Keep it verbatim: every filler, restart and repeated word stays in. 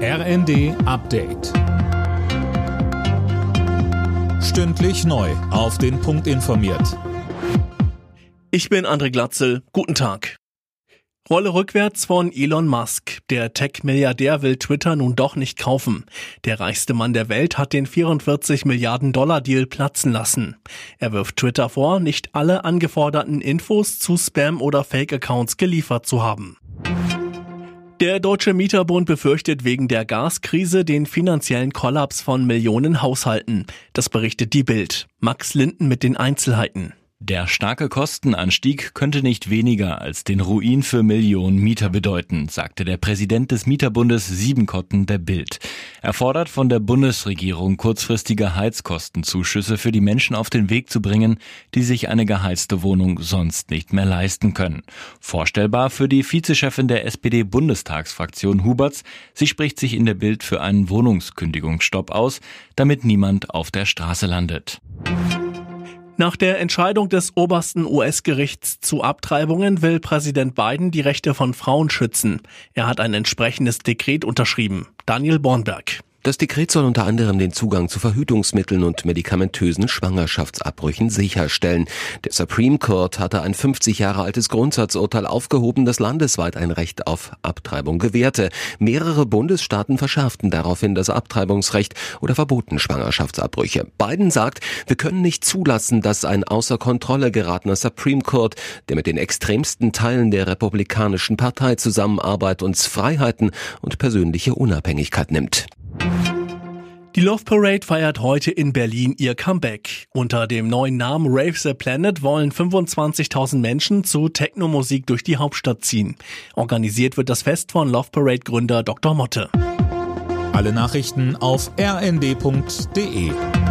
R N D Update. Stündlich neu auf den Punkt informiert. Ich bin André Glatzel. Guten Tag. Rolle rückwärts von Elon Musk. Der Tech-Milliardär will Twitter nun doch nicht kaufen. Der reichste Mann der Welt hat den vierundvierzig Milliarden Dollar Deal platzen lassen. Er wirft Twitter vor, nicht alle angeforderten Infos zu Spam- oder Fake-Accounts geliefert zu haben. Der Deutsche Mieterbund befürchtet wegen der Gaskrise den finanziellen Kollaps von Millionen Haushalten. Das berichtet die Bild. Max Linden mit den Einzelheiten. Der starke Kostenanstieg könnte nicht weniger als den Ruin für Millionen Mieter bedeuten, sagte der Präsident des Mieterbundes Siebenkotten der Bild. Er fordert von der Bundesregierung kurzfristige Heizkostenzuschüsse für die Menschen auf den Weg zu bringen, die sich eine geheizte Wohnung sonst nicht mehr leisten können. Vorstellbar für die Vizechefin der S P D-Bundestagsfraktion Huberts. Sie spricht sich in der Bild für einen Wohnungskündigungsstopp aus, damit niemand auf der Straße landet. Nach der Entscheidung des obersten U S-Gerichts zu Abtreibungen will Präsident Biden die Rechte von Frauen schützen. Er hat ein entsprechendes Dekret unterschrieben. Daniel Bornberg. Das Dekret soll unter anderem den Zugang zu Verhütungsmitteln und medikamentösen Schwangerschaftsabbrüchen sicherstellen. Der Supreme Court hatte ein fünfzig Jahre altes Grundsatzurteil aufgehoben, das landesweit ein Recht auf Abtreibung gewährte. Mehrere Bundesstaaten verschärften daraufhin das Abtreibungsrecht oder verboten Schwangerschaftsabbrüche. Biden sagt, wir können nicht zulassen, dass ein außer Kontrolle geratener Supreme Court, der mit den extremsten Teilen der Republikanischen Partei zusammenarbeitet, uns Freiheiten und persönliche Unabhängigkeit nimmt. Die Love Parade feiert heute in Berlin ihr Comeback. Unter dem neuen Namen Rave the Planet wollen fünfundzwanzigtausend Menschen zu Techno-Musik durch die Hauptstadt ziehen. Organisiert wird das Fest von Love Parade-Gründer Doktor Motte. Alle Nachrichten auf r n d punkt d e.